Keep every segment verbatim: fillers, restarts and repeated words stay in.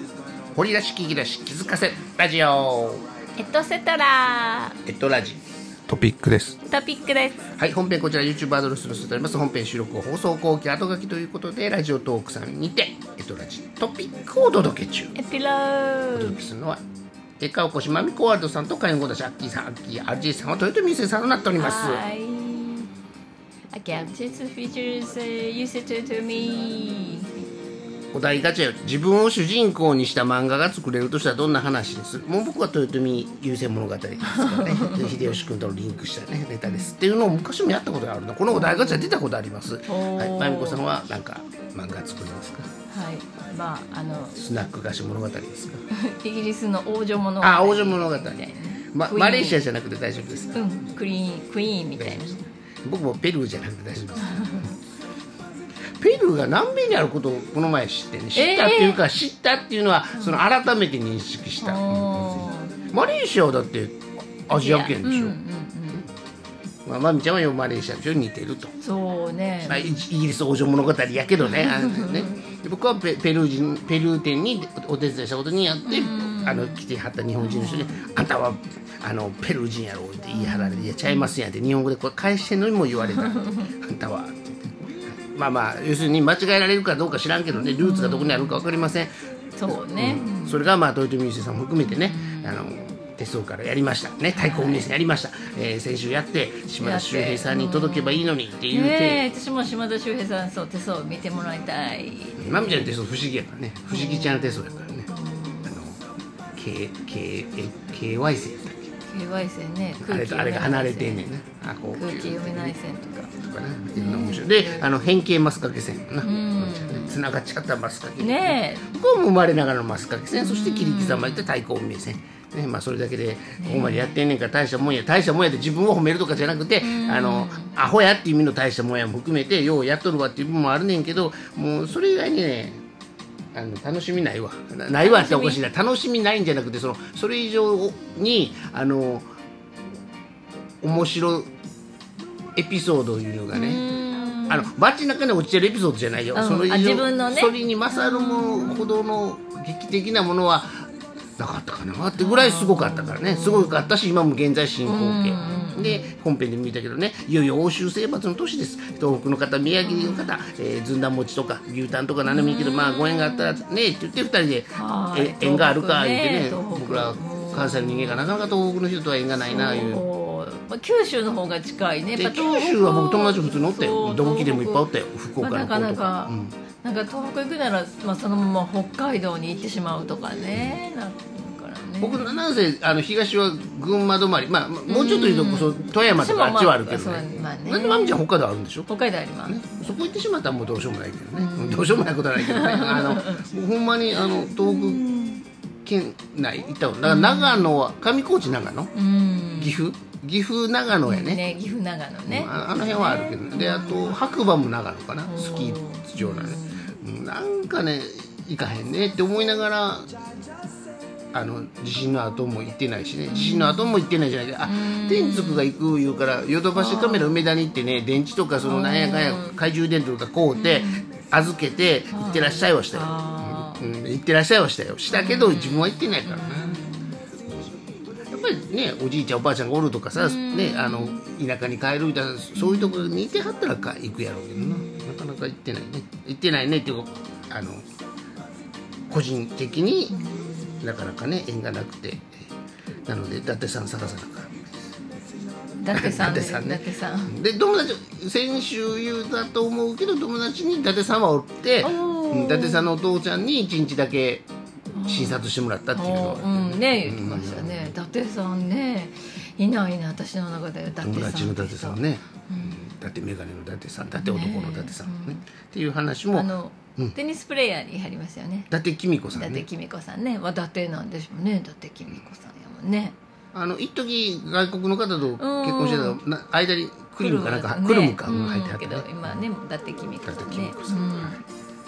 掘り出し聞き出し気づかせラジオエトセトラエットラジトピックです。 トピックです。 はい、本編こちら YouTube アドレスに載せております。本編収録放送後期後書きということでラジオトークさんにてエットラジトピックをお届け中。 エピロおー届けするのはエカおこしまみこワールドさんと介護だしアッキーさん、アッキー アールジェー さんは豊臣優勢さんとなっております。 はい。I can't just features you said to me。 お題ガチャよ。自分を主人公にした漫画が作れるとしたらどんな話です？もう僕は豊臣優勢物語ですからね秀吉君とのリンクした、ね、ネタですっていうのを昔もやったことがあるの。このお題ガチャ出たことあります。はい、まみこさんは何か漫画作りますか？ はい、まああのスナック菓子物語ですか？ イギリスの王女物語。 あ、王女物語、 ね、 ま、マレーシアじゃなくて大丈夫ですか？ うん、クイーンクイーンみたいな。 僕もペルーじゃなくて大丈夫ですペルーが南米にあることをこの前知ってね、知ったっていうか、えー、知ったっていうのはその改めて認識した、うん、マレーシアはだってアジア圏でしょ、うんうんうん、まあ、まみちゃんはよマレーシアと似てると。 そうね、 まあ、イギリス王女物語やけどねあのね僕は ペ, ペルー人ペルー店にお手伝いしたことによって、うん、あの来てはった日本人の人に、うん、あんたはあのペルー人やろって言い張られて、いやちゃいますやんって日本語でこれ返してんのにも言われたあんたはまあまあ要するに間違えられるかどうか知らんけどね、ルーツがどこにあるか分かりません。 そうね、 うん、それがまあ豊臣優勢さんも含めてね、あの手相からやりましたね、太鼓名線やりました、はい、えー、先週やって島田秀平さんに届けばいいのにっていうて、 ね、私も島田秀平さんそう手相見てもらいたい。 まみちゃんの手相不思議やからね、不思議ちゃんの手相やからね、あの K K K Y 線やったっけ、 ケーワイ 線ね、 あれとあれが離れてんねんね、あこう空気読めない線とかとかね、いろんな面白いで、あの変形マスカケ線な、つながっちゃったマスカケね、 これも生まれながらのマスカケ線、そして切り刻まれて太鼓名線ね、まあ、それだけでここまでやってんねんから大したもんや、大したもんやで自分を褒めるとかじゃなくて、あのアホやっていう意味の大したもんやも含めてようやっとるわっていう部分もあるねんけど、もうそれ以外にねあの楽しみないわないわっておかしいな、楽しみないんじゃなくて、そのそれ以上にあの面白エピソードいうのがね、あの街中に落ちてるエピソードじゃないよ、うん、それ以上自分のね、 それに勝るものほどの劇的なものはなかったかなってぐらいすごかったからね、すごかったし今も現在進行形で本編でも見たけどね、いよいよ欧州征伐の年です。東北の方、宮城の方、えー、ずんだ餅とか牛タンとか何でもいいけど、まあご縁があったらねって言ってふたりでえ縁があるか言ってね、僕ら関西の人間がなかなか東北の人とは縁がないないう。 九州の方が近いね。 九州は僕友達普通におったよ、同期でもいっぱいおったよ、福岡の子とか、 まあ、なかなか、うん、なんか東北行くなら、まあ、そのまま北海道に行ってしまうとかね、うん、なんからね、僕なんせあの東は群馬止まり、まあ、もうちょっと言うと、うん、富山とかあっちはあるけどね、まあね、なんでまみちゃん北海道あるんでしょ。 北海道あります、ね、 そこ行ってしまったらもうどうしようもないけどね、うん、どうしようもないことはないけどねあのほんまにあの東北県内行ったことだから、長野は上高地長野、うん、岐阜岐阜長野やね、 ね、岐阜長野ね、 あ, あの辺はあるけどね、であと白馬も長野かな、スキー場なね、なんかね行かへんねって思いながら、あの地震の後も行ってないしね、地震の後も行ってないじゃないけど、あ天竺が行く言うからヨドバシカメラ梅田に行ってね、電池とかそのなんやかんや懐中電灯とか買うて預けて行ってらっしゃいはしたよ、うん、行ってらっしゃいはしたよしたけど自分は行ってないからね。やっぱりね、おじいちゃんおばあちゃんがおるとかさ、ね、あの田舎に帰るみたいなそういうところにいてはったらか行くやろうけどな、なかなか行ってないね行ってないねっていうか、あの個人的になかなかね縁がなくて、なので伊達さん探さなかった伊達さん、ね、 伊達さんね、 伊達さんで友達先週言うだと思うけど、友達に伊達さんはおって、伊達さんのお父ちゃんにいちにちだけ診察してもらったっていうのは、 うんね、言ってましたね、伊達さんね、いないな私の中で伊達さん、 友達の伊達さんね、うん、伊達メガネの伊達さん、伊達男の伊達さんね、うん、っていう話も、あの、 うん、テニスプレーヤーに入りましたよね、 伊達公子さんね、 伊達公子さんね、は伊達なんでしょうね、伊達公子さんやもんね。 あの一時外国の方と結婚してたな間にクリムかなんかクルムか入ってはったけど今ね伊達公子さんね、伊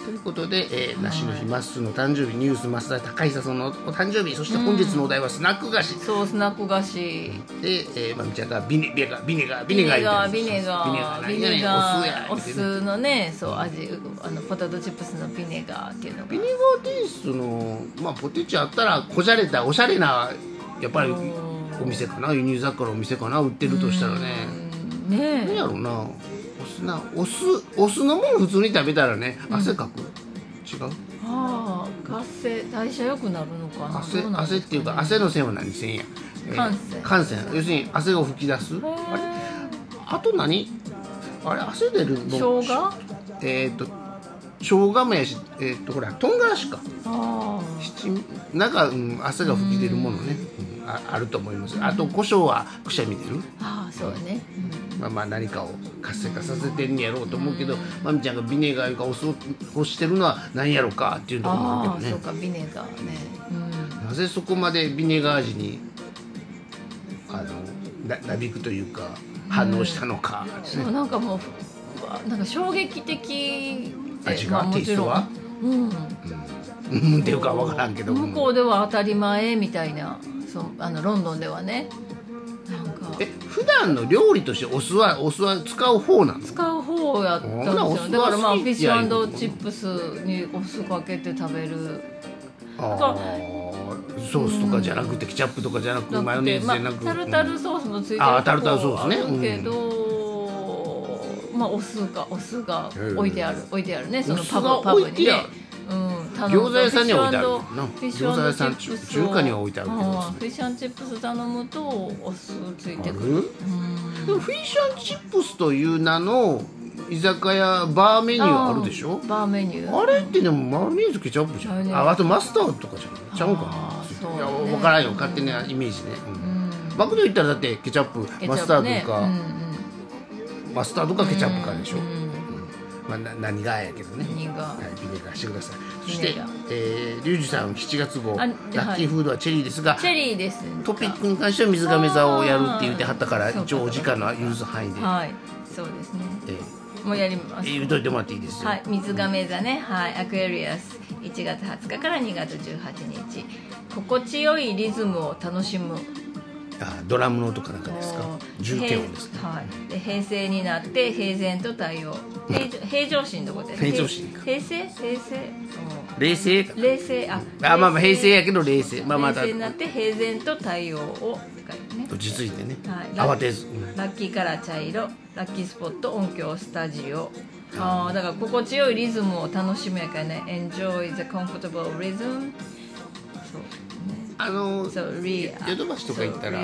ということで、えー、梨の日まっすーの誕生日、ニュース増田貴久さんのお誕生日、そして本日のお題はスナック菓子、 そうスナック菓子で、えー、まみちゃんがビネビネガービネガービビネネガーガービネガービネガーおお酢や酢のね、そう味、あのポテトチップスのビネガーっていうのがビネガーテイストの、まあ、ポテチあったらこじゃれたおしゃれなやっぱりお店かな、輸入雑貨のお店かな、売ってるとしたらね、 ねえ何やろうな、お酢なお酢お酢のもん普通に食べたらね汗かく、違う、 ああ活性代謝良くなるのかな、 汗どうなんですかね汗っていうか汗の線は何線や、えー汗腺汗腺、要するに汗を吹き出す、あれあと何あれ汗出るの生姜えっ、と生姜もやし、えっ、とほら唐辛子か、 あ七味なんか、うん、汗が吹き出るものね、うん、あ, あると思います。あと胡椒はくしゃみ出る、 ああそうね、 まあまあ何かを活性化させてんやろうと思うけど、まみちゃんがビネガーがお酢を欲してるのは何やろうかっていうところもあるああそうけどね、 かビネガーね、うんなぜそこまでビネガー味にあのななびくというか反応したのか、ね、 そうなんかもううわなんか衝撃的で味が、 まあもちろんテイストはうんうんっていうか分からんけど、 向こうでは当たり前みたいな、そうあのロンドンではね、なんかえ普段の料理としてお酢はお酢は使う方なの？ 使う方やったんですよ。 ほなお酢はだからまあ好きフィッシやいうュチップスにお酢かけて食べる。 あーソースとかじゃなくてケチャップとかじゃなくマヨネーズじゃなく、 まあ、タルタルソースもついてるあータルタルソースねとこはあるけど、まあお酢がお酢が置いてある置いてあるね、そのパブお酢がパブにね置いてある。 うん、 餃子屋さんには置いてあるなフィッシュ餃子屋さんチップス中華には置いてあるけどフィッシュチップス頼むとお酢ついてくる。 あるでもフィッシュチップスという名の居酒屋バーメニューあるでしょ。 バーメニューあれってでもマヨネーズケチャップじゃん、 マヨネーズああとマスタードとかじゃんちゃうかあーそうな、いねや分からんよ勝手なイメージね、うんうんマクド行ったらだってケチャップケチャップねマスタードか、 うんうんマスタードかケチャップかでしょ、 うんまあ、な何がやけどね、 何がはい、ビネガーしてください。そしてビネガー、 えー、リュウジさんしちがつ号あラッキーフードはチェリーですが、 チェリーですね。 トピックに関しては水亀座をやるって言ってはったからそうか一応お時間の許す範囲で、 はい、そうですね。 えもうやります。 ー、言うといてもらっていいですよ、 はい、水亀座ね、はい、アクエリアスいちがつはつかからにがつじゅうはちにち、心地よいリズムを楽しむ。 あドラムの音かなんかですか、重低音ですか、 はい、で平成になって平然と対応。平常平常心のことです。 平常心か平成平成冷静かうん冷静ああまあまあ平成やけど冷静まあまあ平成になって平然と対応を使うね。 落ち着いてね、 はい慌てず、うんラッキーカラー茶色、ラッキースポット音響スタジオ。ああだから心地よいリズムを楽しむやからね。Enjoy the comfortable rhythm。そうね。 あのそう、リヨドバシとか行ったら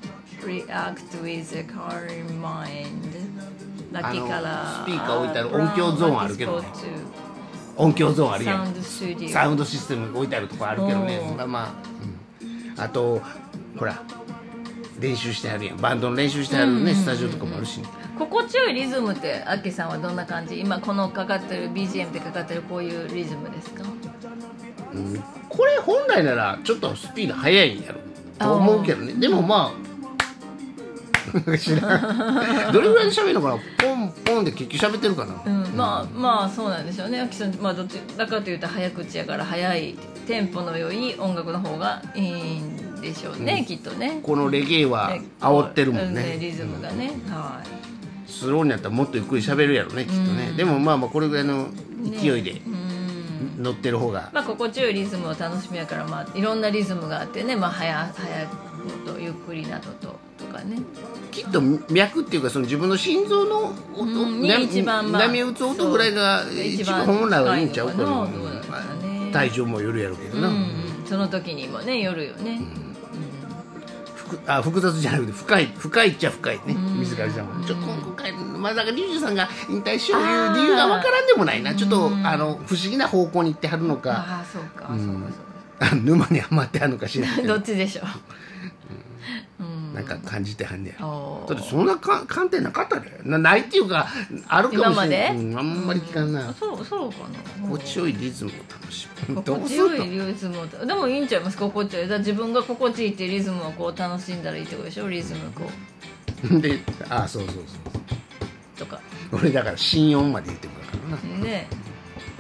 React with a calm mind。ラッキーカラー。 あのスピーカー置いてある音響ゾーンあるけどねラッキースポット音響ゾーンあるやんサウンドスタジオ。 サウンドシステム置いてあるとこあるけどねおーまあまあ、うん、あとほら練習してはるやんバンドの練習してはるね、スタジオとかもあるし、ね、 心地よいリズムってアッキーさんはどんな感じ？今このかかってる ビージーエム でかかってるこういうリズムですか？ うんこれ本来ならちょっとスピード速いんやろと思うけどねでもまあ知らんどれぐらいで喋るのかなポンポンで結局喋ってるかな、 うん、まあまあそうなんでしょうね。アッキーさん、まあ、どっちだかというと早口やから早いテンポの良い音楽の方がいいんでしょうね、うん、きっとね。 このレゲエは煽ってるもんね、 うん、リズムがね、うん、はいスローになったらもっとゆっくり喋るやろねきっとね、うん、でもまあまあこれぐらいの勢いで、ね、うん、乗ってる方が、 まあ、心地よいリズムを楽しみやから、まあ、いろんなリズムがあってね、まあ、早早くとゆっくりなどととかねきっと脈っていうかその自分の心臓の音、 うん、に一番、まあ、 波打つ音ぐらいが一番本来はいいんちゃうかな、 まあ、 体調もよるやろうけどな、 うんうん、その時にもねよるよね、うんあ複雑じゃなくて深い深いっちゃ深いね、水上さんもちょっと今回まあだからリュウジさんが引退しよういう理由が分からんでもないなちょっとあの不思議な方向に行ってはるのかああそうか、うん、そうかそうか沼にはまってはるのかしらんけどどっちでしょう、 うん、なんか感じてはんねやだってそんなか観点なかったで な, ないっていうかあるかもしれない、 うん、 あんまり聞かんな、 うん、そうそうかな心地よいリズムを楽しむ心地よいリズムをでもいいんちゃいますか心地よいだ自分が心地いいっていうリズムをこう楽しんだらいいってことでしょリズムこうであそうそうそうとか俺だから心音まで言ってくるからなね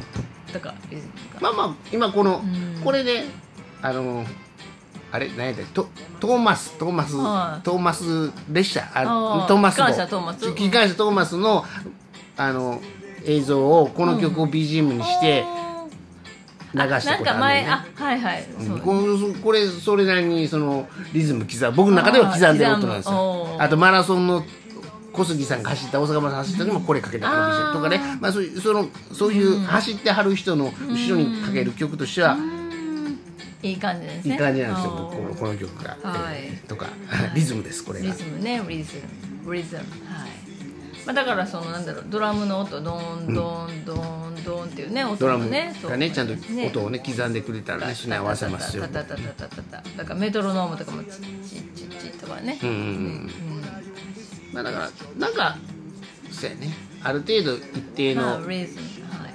とかリズムが、 まあまあ今この、 うんこれであのあれ何やったっけトトーマストーマス、 はいトーマス列車ああートーマス号機関車トーマス機関車トーマスのあの映像をこの曲を ビージーエム にして流したことあるんだよね、 なんか前あはいはいそうこのこれそれなりにそのリズム刻む僕の中では刻んでる音なんですあー刻むよ。 おーあとマラソンの小杉さんが走った大阪マラソン走った時もこれかけたから ビージーエム とかね、まあ、そういうそのそういう走ってはる人の後ろにかける曲としては、 いい感じですね。 いい感じなんですよ、 おーこのこの曲が、 はいえーとかリズムですこれがリズムね、リズム、リズム、はい。まあだからそのなんだろう、ドラムの音ドンドンドンドンっていうね音ドラムがね、 がねちゃんと音をね刻んでくれたらねそれに合わせますよ。 タタタタタタタタ。だからメトロノームとかもチッチッチッチッとかね。 うんうんうんまあだからなんかそうやねある程度一定のまあリズム、はい。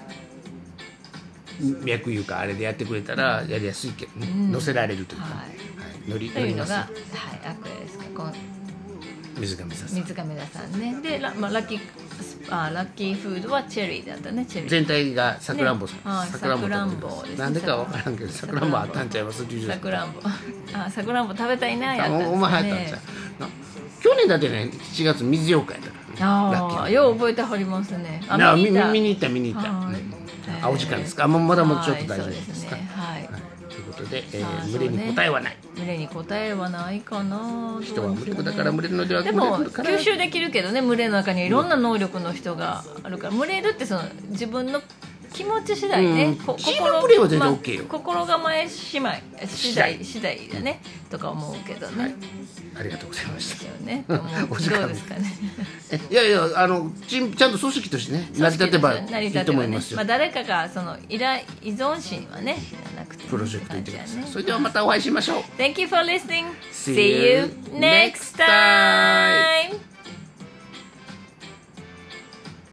脈いうかあれでやってくれたらやりやすいけどね、乗せられるというか、 はいはい乗りというのが、 乗りますはい、アクエですか。この水上さん水亀田さんね。で、ラまあラッキーあラッキーフードはチェリーだったね、チェリー。 全体がさくらんぼさん、 ねはいさくらんぼさくらんぼ食べてですねますなんでかわからんけどさくらんぼあったんちゃいますさくらんぼあさくらんぼ食べたいなやったんですおお前か入ったんちゃねうな去年だってねしちがつ水ようかやったからねラッキーああよう覚えてはりますねあな見に行った見に行った見に行った、 はいうんあお時間ですかあもうまだもうちょっと大丈夫はいですか、 そうですねはいはいということで、えー、 あー群れに答えはない、 群れに答えはないかな人は無力だから群れるのではでも群れるから吸収できるけどね群れの中にはいろんな能力の人があるから群れるってその自分の気持ち次第ね、 うんこチームプレーは全然 OK よまあ心構えしまい次第次第だね、とか思うけどね、 はいありがとうございましたですよねでもお時間どうですかねえいやいやあのチームちゃんと組織としてね成り立てば成りいい立てばねと思いますよ、 まあ、誰かがその依頼依存心はねなくてプロジェクト行ってください、 ねそれではまたお会いしましょう Thank you for listening. See See you you next time.